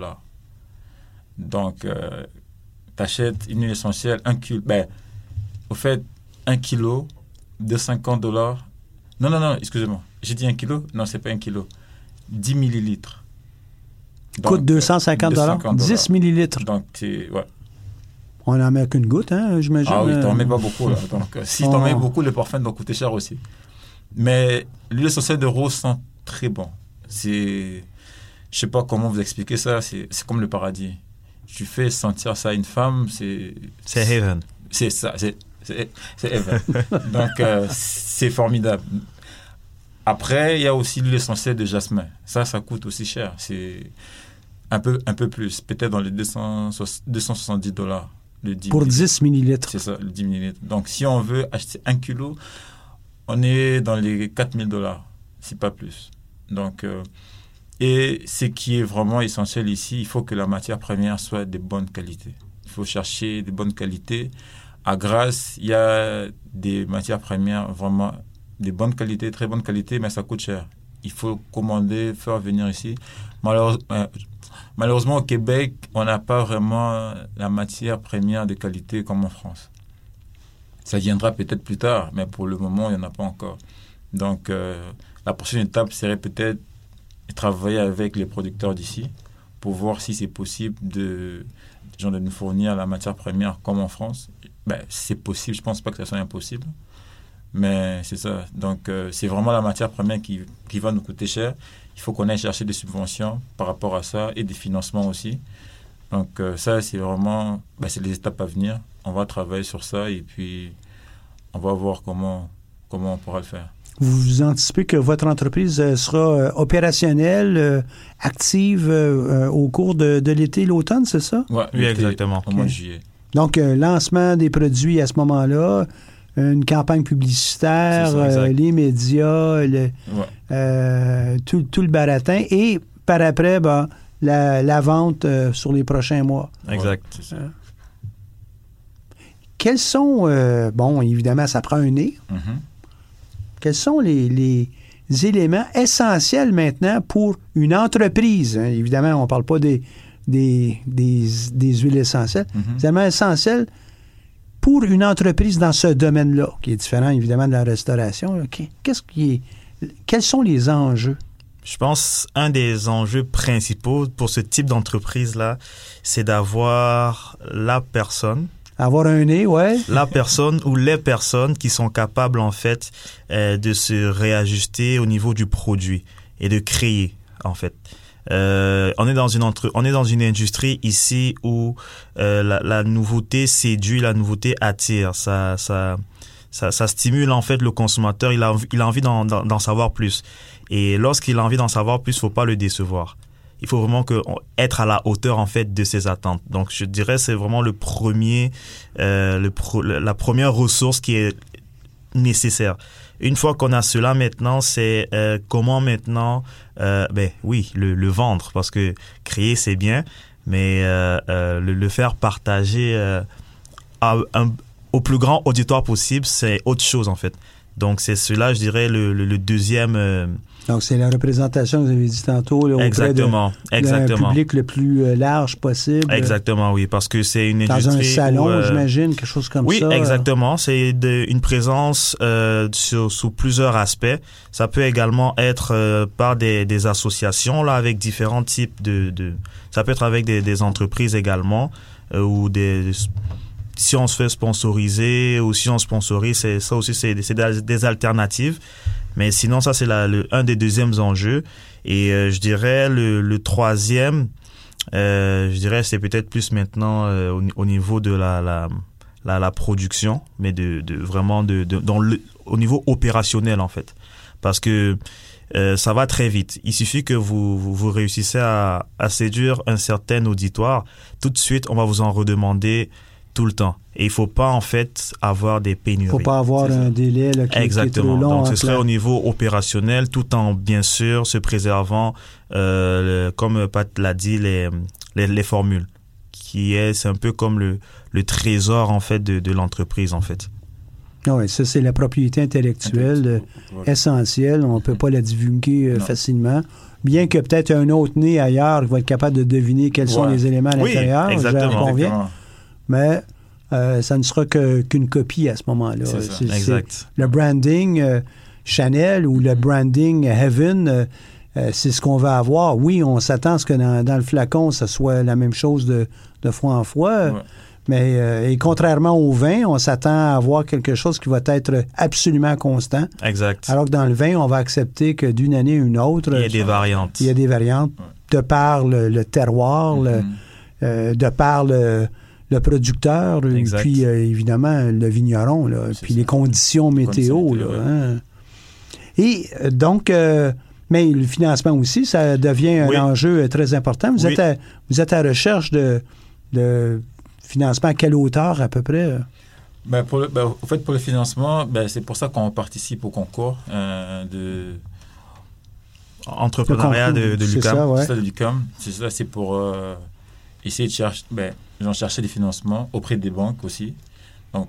Donc, tu achètes une huile essentielle, 1 kilo. Au fait, 1 kilo, $250. Non, excusez-moi. J'ai dit 1 kilo? Non, c'est pas 1 kilo. 10 millilitres. Donc, coûte $250. 10 millilitres. Donc, ouais. On n'en met qu'une goutte, hein, j'imagine. Ah oui, tu n'en mets pas beaucoup, là. Donc, si tu en mets beaucoup, le parfum doit coûter cher aussi. Mais l'huile essentielle de rose sent très bon. Je sais pas comment vous expliquer ça. C'est comme le paradis. Tu fais sentir ça à une femme, c'est heaven. C'est ça, c'est heaven. Donc, c'est formidable. Après, il y a aussi l'huile essentielle de jasmin. Ça coûte aussi cher. C'est un peu plus, peut-être dans les $270. Pour 10 millilitres. C'est ça, le 10 millilitres. Donc, si on veut acheter 1 kilo, on est dans les $4,000, si pas plus. Donc, et ce qui est vraiment essentiel ici, il faut que la matière première soit de bonne qualité. Il faut chercher de bonne qualité. À Grasse, il y a des matières premières vraiment de bonne qualité, très bonne qualité, mais ça coûte cher. Il faut commander, faire venir ici. Malheureusement, au Québec, on n'a pas vraiment la matière première de qualité comme en France. Ça viendra peut-être plus tard, mais pour le moment, il n'y en a pas encore. Donc, la prochaine étape serait peut-être de travailler avec les producteurs d'ici pour voir si c'est possible de nous fournir la matière première comme en France. C'est possible, je ne pense pas que ça soit impossible. Mais c'est ça. Donc, c'est vraiment la matière première qui va nous coûter cher. Il faut qu'on aille chercher des subventions par rapport à ça et des financements aussi. Donc, ça, c'est vraiment... c'est les étapes à venir. On va travailler sur ça et puis on va voir comment on pourra le faire. Vous anticipez que votre entreprise sera opérationnelle, active au cours de l'été, l'automne, c'est ça? Oui, exactement. Au mois de juillet. Donc, lancement des produits à ce moment-là, une campagne publicitaire, les médias, tout le baratin, et par après, la vente sur les prochains mois. Exact. C'est ça. Quels sont, évidemment, ça prend un nez. Mm-hmm. Quels sont les éléments essentiels maintenant pour une entreprise? Hein? Évidemment, on ne parle pas des huiles essentielles. Mm-hmm. Les éléments essentiels pour une entreprise dans ce domaine-là, qui est différent évidemment de la restauration. Là. Quels sont les enjeux? Je pense un des enjeux principaux pour ce type d'entreprise-là, c'est d'avoir la personne. Avoir un nez, ouais. La personne ou les personnes qui sont capables, en fait, de se réajuster au niveau du produit et de créer, en fait. On est dans une industrie ici où la nouveauté séduit, la nouveauté attire. Ça stimule, en fait, le consommateur. Il a envie d'en savoir plus. Et lorsqu'il a envie d'en savoir plus, il ne faut pas le décevoir. Il faut vraiment être à la hauteur en fait de ses attentes. Donc je dirais c'est vraiment la première ressource qui est nécessaire. Une fois qu'on a cela maintenant, c'est comment maintenant le vendre, parce que créer c'est bien, mais le faire partager au plus grand auditoire possible, c'est autre chose en fait. Donc c'est cela, je dirais, le deuxième. Donc c'est la représentation que vous avez dit tantôt là, auprès d'un public le plus large possible. Exactement, oui, parce que c'est une industrie. Dans un salon, j'imagine, quelque chose comme ça. Oui, exactement. C'est une présence sous plusieurs aspects. Ça peut également être par des associations là avec différents types ça peut être avec des entreprises également ou si on se fait sponsoriser ou si on sponsorise, ça aussi c'est des alternatives. Mais sinon, ça, c'est un des deuxièmes enjeux. Et je dirais le troisième, je dirais c'est peut-être plus maintenant au niveau de la production, mais vraiment au niveau opérationnel, en fait. Parce que ça va très vite. Il suffit que vous réussissez à séduire un certain auditoire. Tout de suite, on va vous en redemander tout le temps. Et il faut pas, en fait, avoir des pénuries. Il faut pas avoir un délai là, qui est trop long. Donc, ce serait au niveau opérationnel, tout en, bien sûr, se préservant, comme Pat l'a dit, les formules, c'est un peu comme le trésor, en fait, de l'entreprise, en fait. Oui, ça, c'est la propriété intellectuelle essentielle. On ne peut pas la divulguer facilement. Bien que peut-être un autre né ailleurs qui va être capable de deviner quels sont les éléments à l'intérieur. Exactement. J'en conviens. Mais ça ne sera qu'une copie à ce moment-là. Exact. Le branding Chanel ou le branding Heaven, c'est ce qu'on va avoir. Oui, on s'attend à ce que dans le flacon, ça soit la même chose de fois en fois. Ouais. Mais et contrairement au vin, on s'attend à avoir quelque chose qui va être absolument constant. Exact. Alors que dans le vin, on va accepter que d'une année à une autre... Il y a des variantes. Il y a des variantes de par le terroir, de par le producteur, exact. Puis évidemment le vigneron, là, puis les conditions météo. Là, hein. Et donc, mais le financement aussi, ça devient un enjeu très important. Vous êtes à la recherche de financement à quelle hauteur à peu près? Au fait, pour le financement, c'est pour ça qu'on participe au concours de entrepreneuriat de l'UQAM. C'est ça, de l'UQAM. C'est pour essayer de chercher... j'en cherchais des financements auprès des banques aussi. Donc,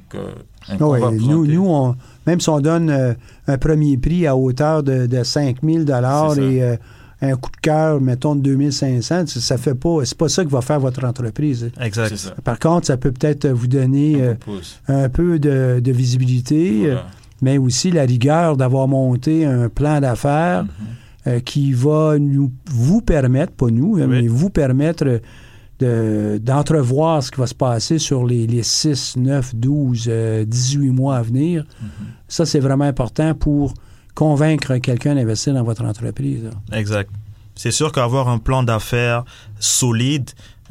nous, même si on donne un premier prix à hauteur de 5 000 $ et un coup de cœur, mettons, de 2 500, ça fait pas... C'est pas ça qui va faire votre entreprise. Exact. Par contre, ça peut peut-être vous donner un peu de visibilité, mais aussi la rigueur d'avoir monté un plan d'affaires qui va vous permettre, pas nous, mais vous permettre... d'entrevoir ce qui va se passer sur les 6, 9, 12, 18 mois à venir. Ça, c'est vraiment important pour convaincre quelqu'un d'investir dans votre entreprise. Là. Exact. C'est sûr qu'avoir un plan d'affaires solide,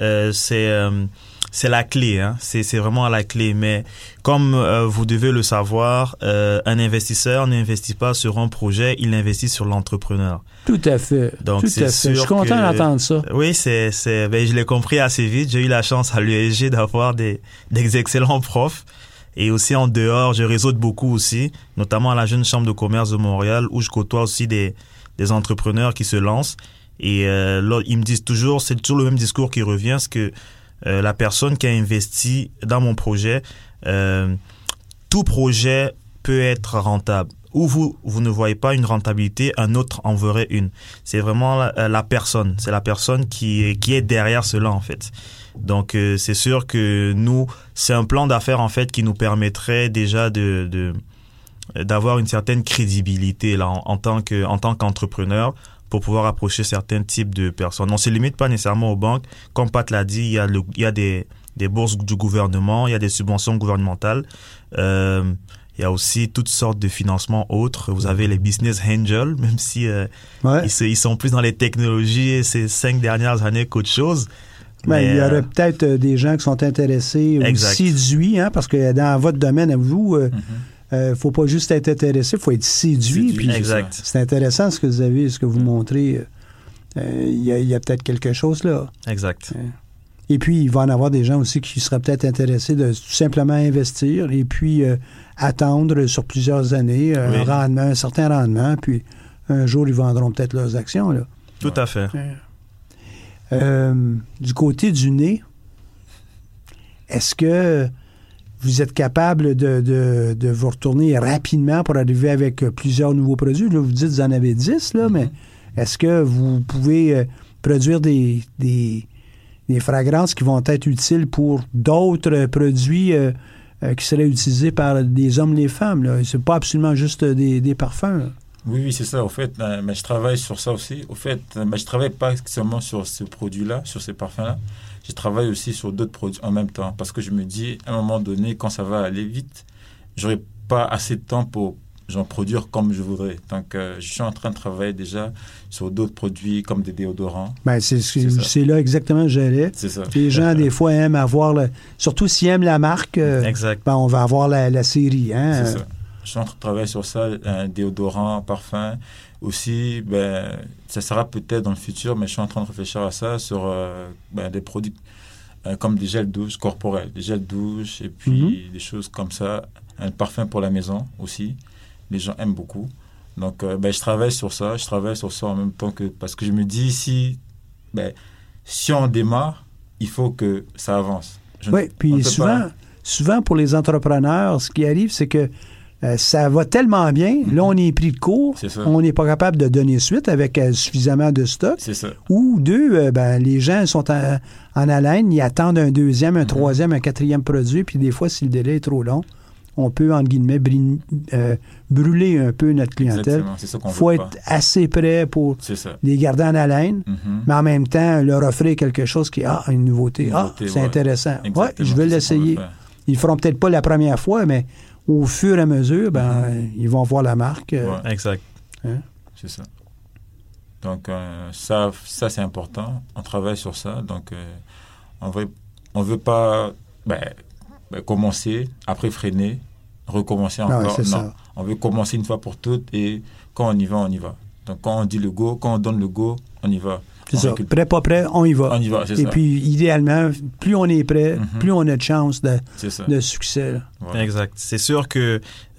c'est la clé. Hein? C'est vraiment la clé. Mais comme vous devez le savoir, un investisseur n'investit pas sur un projet, il investit sur l'entrepreneur. Tout à fait. Donc, tout à fait. Je suis content d'entendre ça. Oui, je l'ai compris assez vite. J'ai eu la chance à l'USG d'avoir des excellents profs. Et aussi en dehors, je réseaute beaucoup aussi, notamment à la Jeune Chambre de commerce de Montréal, où je côtoie aussi des entrepreneurs qui se lancent. Et là, ils me disent toujours, c'est toujours le même discours qui revient, c'est que la personne qui a investi dans mon projet, tout projet peut être rentable. Où vous ne voyez pas une rentabilité, un autre en verrait une. C'est vraiment la personne. C'est la personne qui est derrière cela, en fait. Donc, c'est sûr que nous, c'est un plan d'affaires, en fait, qui nous permettrait déjà d'avoir une certaine crédibilité, là, en tant qu'entrepreneur, pour pouvoir approcher certains types de personnes. On ne se limite pas nécessairement aux banques. Comme Pat l'a dit, il y a des bourses du gouvernement, il y a des subventions gouvernementales. Il y a aussi toutes sortes de financements autres. Vous avez les business angels, même si ils sont plus dans les technologies ces 5 dernières années qu'autre chose. Mais il y aurait peut-être des gens qui sont intéressés ou séduits, hein, parce que dans votre domaine à vous, faut pas juste être intéressé, faut être séduit. Puis Exact. c'est intéressant ce que vous montrez. Il y a peut-être quelque chose là. Exact. Et puis, il va en avoir des gens aussi qui seraient peut-être intéressés de tout simplement investir et puis attendre sur plusieurs années un certain rendement, puis un jour, ils vendront peut-être leurs actions. Là. Tout à fait. Du côté du nez, est-ce que vous êtes capable de vous retourner rapidement pour arriver avec plusieurs nouveaux produits? Là, vous dites que vous en avez 10, là, mais est-ce que vous pouvez produire des fragrances qui vont être utiles pour d'autres produits qui seraient utilisés par des hommes et des femmes? Là? C'est pas absolument juste des parfums. Là. Oui, c'est ça. Au fait, mais je travaille sur ça aussi. Au fait, mais je travaille pas seulement sur ce produit-là, sur ces parfums-là. Je travaille aussi sur d'autres produits en même temps. Parce que je me dis, à un moment donné, quand ça va aller vite, j'aurai pas assez de temps pour j'en produire comme je voudrais. Donc, je suis en train de travailler déjà sur d'autres produits comme des déodorants. Ben, c'est là exactement que j'allais. C'est ça. Les gens, des fois, aiment avoir... surtout s'ils aiment la marque, exact. Ben, on va avoir la série. Hein? C'est ça. Je suis en train de travailler sur ça, un déodorant, un parfum. Aussi, ben, ça sera peut-être dans le futur, mais je suis en train de réfléchir à ça sur des produits comme des gels douche corporels, des gels douche et puis des choses comme ça. Un parfum pour la maison aussi. Les gens aiment beaucoup. Donc, je travaille sur ça. Je travaille sur ça en même temps que... Parce que je me dis, si on démarre, il faut que ça avance. Oui, puis souvent, pour les entrepreneurs, ce qui arrive, c'est que ça va tellement bien. Là, on est pris de court. On n'est pas capable de donner suite avec suffisamment de stock. C'est ça. Ou les gens sont en haleine. Ils attendent un deuxième, un troisième, un quatrième produit. Puis des fois, si le délai est trop long, on peut, entre guillemets, brûler un peu notre clientèle. Il faut être assez prêt pour les garder en haleine, mais en même temps, leur offrir quelque chose qui est une nouveauté. C'est intéressant. Ouais, je vais l'essayer. Ils ne feront peut-être pas la première fois, mais au fur et à mesure, ils vont voir la marque. Exact. Hein? C'est ça. Donc, ça c'est important. On travaille sur ça. Donc, on veut pas... commencer, après freiner, recommencer encore. Non, on veut commencer une fois pour toutes et quand on y va, on y va. Donc quand on dit le go, quand on donne le go, on y va. C'est ça. Prêt, pas prêt, on y va. On y va, c'est ça. Et puis, idéalement, plus on est prêt, plus on a de chances de succès. Voilà. Exact. C'est sûr que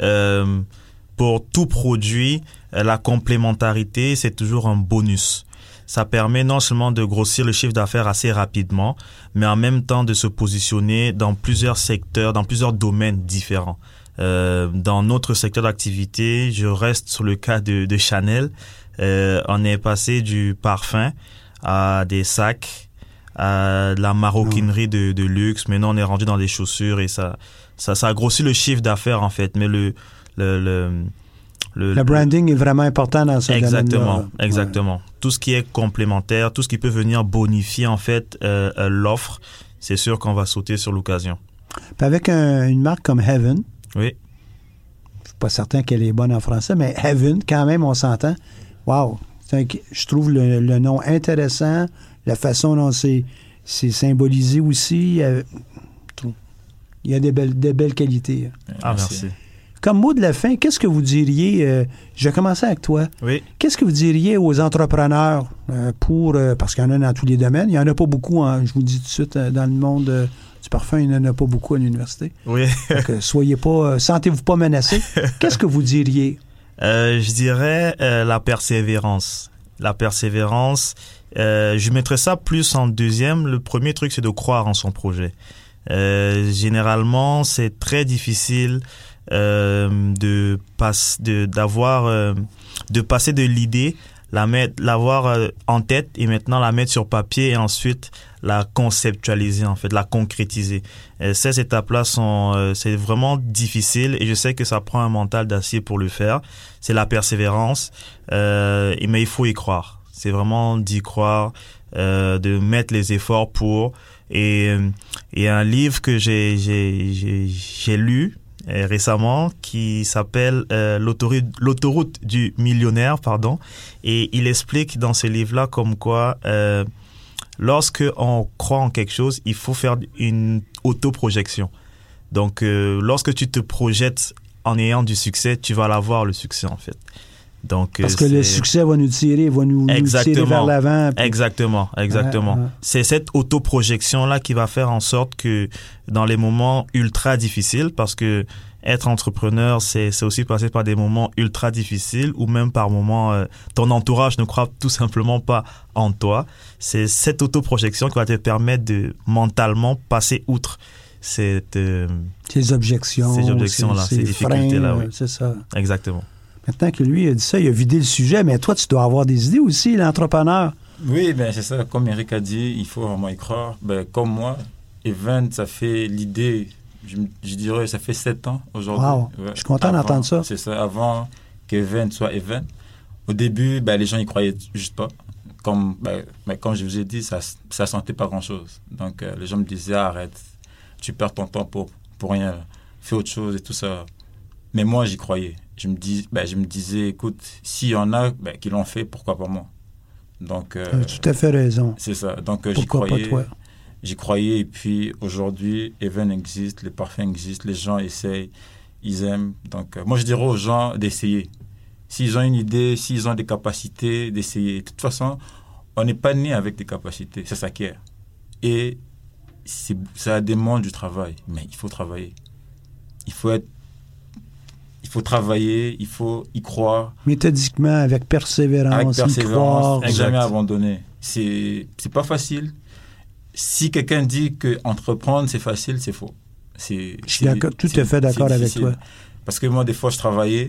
pour tout produit, la complémentarité, c'est toujours un bonus. Ça permet non seulement de grossir le chiffre d'affaires assez rapidement, mais en même temps de se positionner dans plusieurs secteurs, dans plusieurs domaines différents. Dans notre secteur d'activité, je reste sur le cas de Chanel. On est passé du parfum à des sacs, à de la maroquinerie de luxe. Maintenant, on est rendu dans des chaussures et ça a grossi le chiffre d'affaires, en fait. Mais le branding est vraiment important dans ce domaine-là. Exactement. Tout ce qui est complémentaire, tout ce qui peut venir bonifier en fait l'offre, c'est sûr qu'on va sauter sur l'occasion. Puis avec une marque comme Heaven, oui. Je suis pas certain qu'elle est bonne en français, mais Heaven, quand même, on s'entend. Wow! Je trouve le nom intéressant, la façon dont c'est symbolisé aussi. Il y a des belles qualités. Merci. Comme mot de la fin, qu'est-ce que vous diriez, je vais commencer avec toi, oui. Qu'est-ce que vous diriez aux entrepreneurs parce qu'il y en a dans tous les domaines, il n'y en a pas beaucoup, je vous le dis tout de suite, dans le monde du parfum, il n'y en a pas beaucoup à l'université. Oui. Donc, sentez-vous pas menacés. Qu'est-ce que vous diriez? Je dirais la persévérance. La persévérance, je mettrais ça plus en deuxième. Le premier truc, c'est de croire en son projet. Généralement, c'est très difficile de passer de l'idée, l'avoir en tête et maintenant la mettre sur papier et ensuite la conceptualiser, en fait, la concrétiser. Ces étapes-là c'est vraiment difficile et je sais que ça prend un mental d'acier pour le faire. C'est la persévérance, mais il faut y croire. C'est vraiment d'y croire, de mettre les efforts pour. Et un livre que j'ai lu récemment qui s'appelle l'autoroute du millionnaire, et il explique dans ce livre-là comme quoi lorsque on croit en quelque chose, il faut faire une autoprojection. Donc lorsque tu te projettes en ayant du succès, tu vas l'avoir, le succès, en fait. Donc, parce que le succès va nous tirer, va nous tirer vers l'avant. Puis... Exactement. C'est cette autoprojection-là qui va faire en sorte que dans les moments ultra difficiles, parce que être entrepreneur, c'est aussi passer par des moments ultra difficiles ou même par moments, ton entourage ne croit tout simplement pas en toi. C'est cette autoprojection qui va te permettre de mentalement passer outre ces objections-là, ces difficultés-là. Oui. C'est ça. Exactement. Maintenant que lui a dit ça, il a vidé le sujet, mais toi, tu dois avoir des idées aussi, l'entrepreneur. Oui, ben c'est ça. Comme Eric a dit, il faut vraiment y croire. Ben, comme moi, Even, ça fait l'idée, je dirais, ça fait 7 ans aujourd'hui. Wow. Ouais. Je suis content d'entendre ça. C'est ça. Avant qu'Even soit Even, au début, ben, les gens y croyaient juste pas. Comme je vous ai dit, ça sentait pas grand-chose. Donc, les gens me disaient, arrête, tu perds ton temps pour rien. Fais autre chose et tout ça. Mais moi, j'y croyais. Je me disais, écoute, s'il y en a qui l'ont fait, pourquoi pas moi? Donc, tu as tout à fait raison. C'est ça. Donc, pourquoi pas toi? J'y croyais. Et puis, aujourd'hui, Even existe, les parfums existent, les gens essayent, ils aiment. Donc, moi, je dirais aux gens d'essayer. S'ils ont une idée, s'ils ont des capacités, d'essayer. De toute façon, on n'est pas né avec des capacités, ça s'acquiert. Et ça demande du travail. Mais il faut travailler. Il faut travailler, il faut y croire. Méthodiquement, avec persévérance, y croire. Et jamais abandonner. C'est pas facile. Si quelqu'un dit que entreprendre c'est facile, c'est faux. Je suis tout à fait d'accord avec toi. Parce que moi, des fois, je travaillais,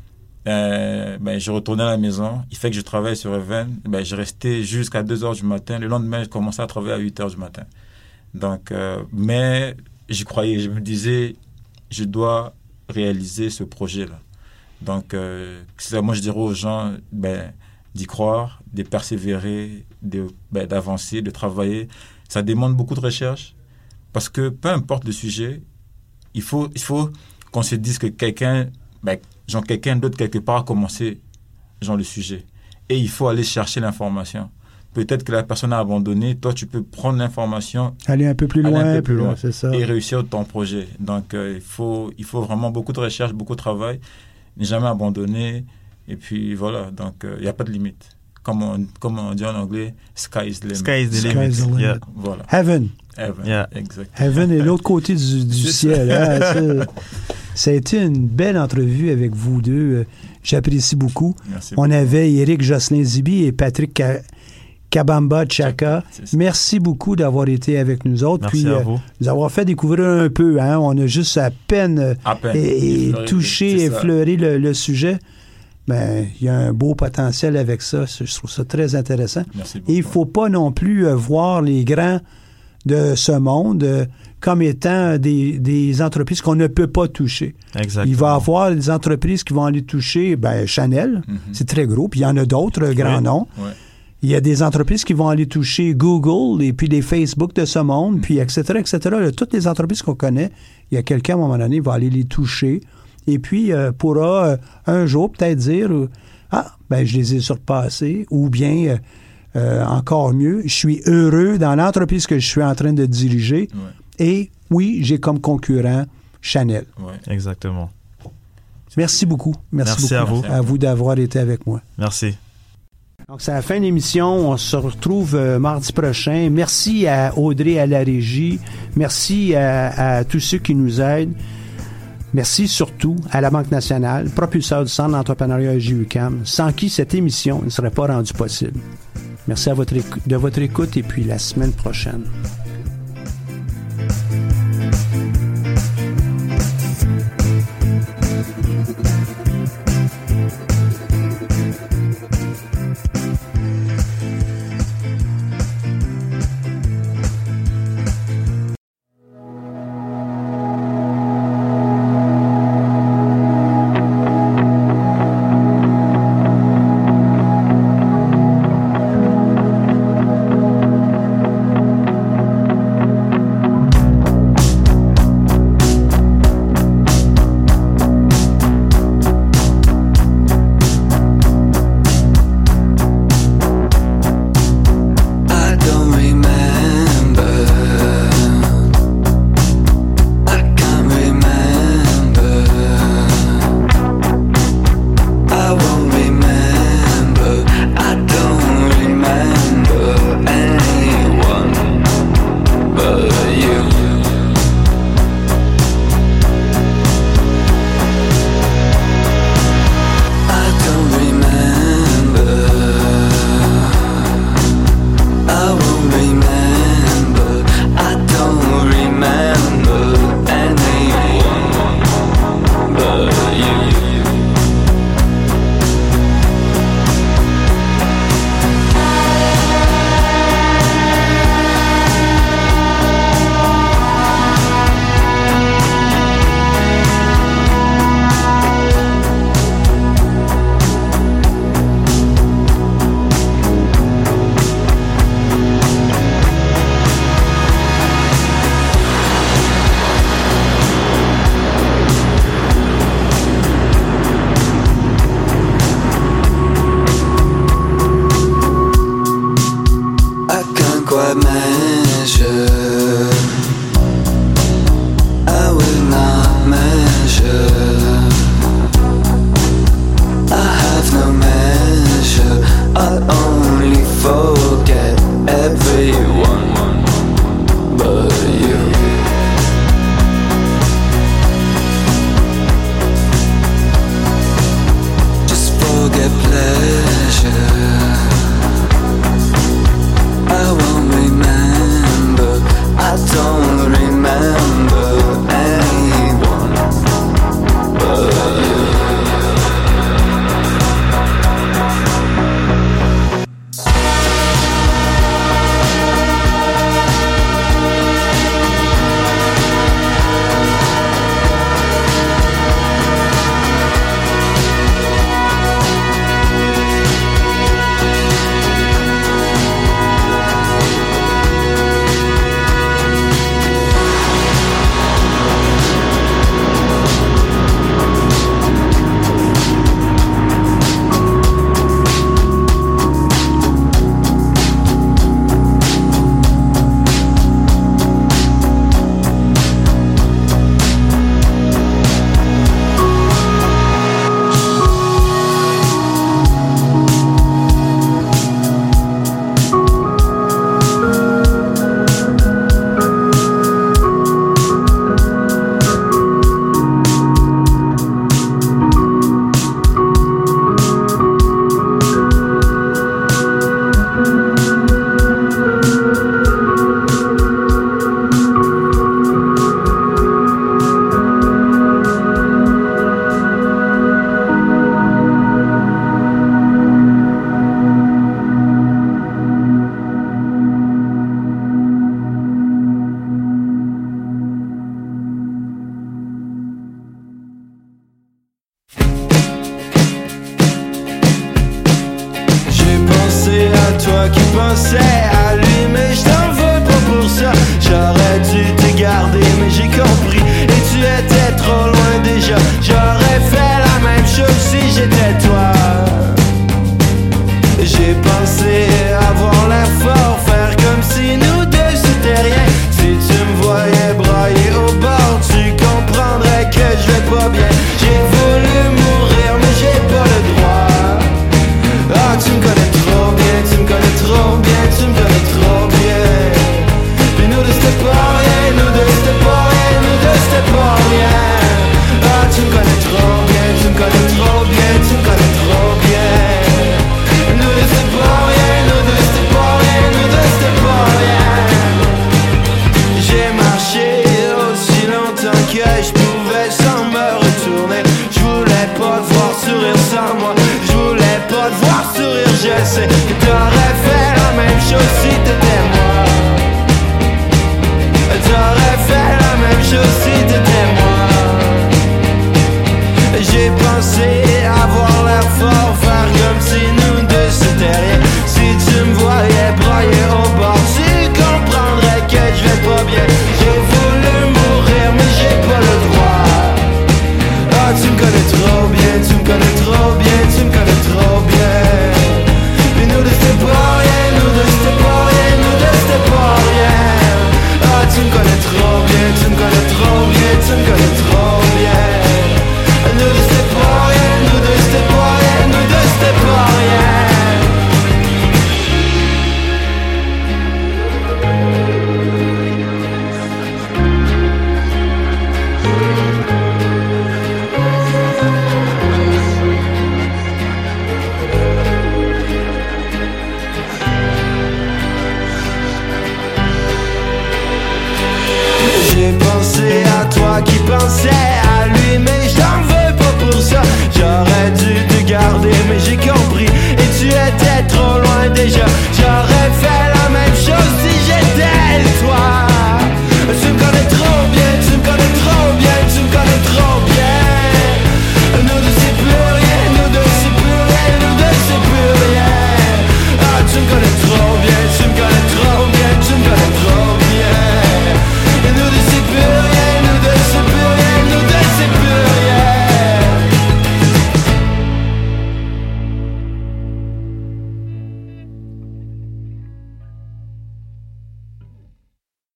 je retournais à la maison, il fait que je travaille sur Even, je restais jusqu'à 2h du matin. Le lendemain, je commençais à travailler à 8h du matin. Donc, mais j'y croyais, je me disais, je dois réaliser ce projet-là. Donc, moi, je dirais aux gens d'y croire, de persévérer, d'avancer, de travailler. Ça demande beaucoup de recherche parce que peu importe le sujet, il faut qu'on se dise que quelqu'un d'autre quelque part a commencé le sujet. Et il faut aller chercher l'information. Peut-être que la personne a abandonné, toi tu peux prendre l'information, aller un peu plus loin, c'est ça. Et réussir ton projet. Donc il faut vraiment beaucoup de recherche, beaucoup de travail, ne jamais abandonner, et puis voilà, donc il n'y a pas de limite. Comme on dit en anglais, sky is the limit. Sky is the limit. Yeah. Voilà. Heaven. Yeah. Exactement. Heaven est l'autre côté du ciel. Hein, ça a été une belle entrevue avec vous deux. J'apprécie beaucoup. Merci on avait Éric Jocelyn-Zibi et Patrick Kabamba Chaka. Merci beaucoup d'avoir été avec nous autres. Merci à vous. Nous avoir fait découvrir un peu. Hein, on a juste à peine touché, effleuré le sujet. Il y a un beau potentiel avec ça. Je trouve ça très intéressant. Merci beaucoup. Et il ne faut pas non plus voir les grands de ce monde comme étant des entreprises qu'on ne peut pas toucher. Exactement. Il va y avoir des entreprises qui vont aller toucher Chanel, c'est très gros, puis il y en a d'autres grands noms. Oui. Il y a des entreprises qui vont aller toucher Google et puis les Facebook de ce monde, puis etc., etc. Là, toutes les entreprises qu'on connaît, il y a quelqu'un à un moment donné qui va aller les toucher et puis pourra un jour peut-être dire je les ai surpassés, ou bien encore mieux, je suis heureux dans l'entreprise que je suis en train de diriger et oui, j'ai comme concurrent Chanel. Ouais. Exactement. Merci beaucoup. Merci beaucoup à vous d'avoir été avec moi. Merci. Donc, c'est la fin de l'émission. On se retrouve mardi prochain. Merci à Audrey à la régie. Merci à tous ceux qui nous aident. Merci surtout à la Banque nationale, propulseur du Centre d'entrepreneuriat EJUQAM, sans qui cette émission ne serait pas rendue possible. Merci de votre écoute et puis la semaine prochaine.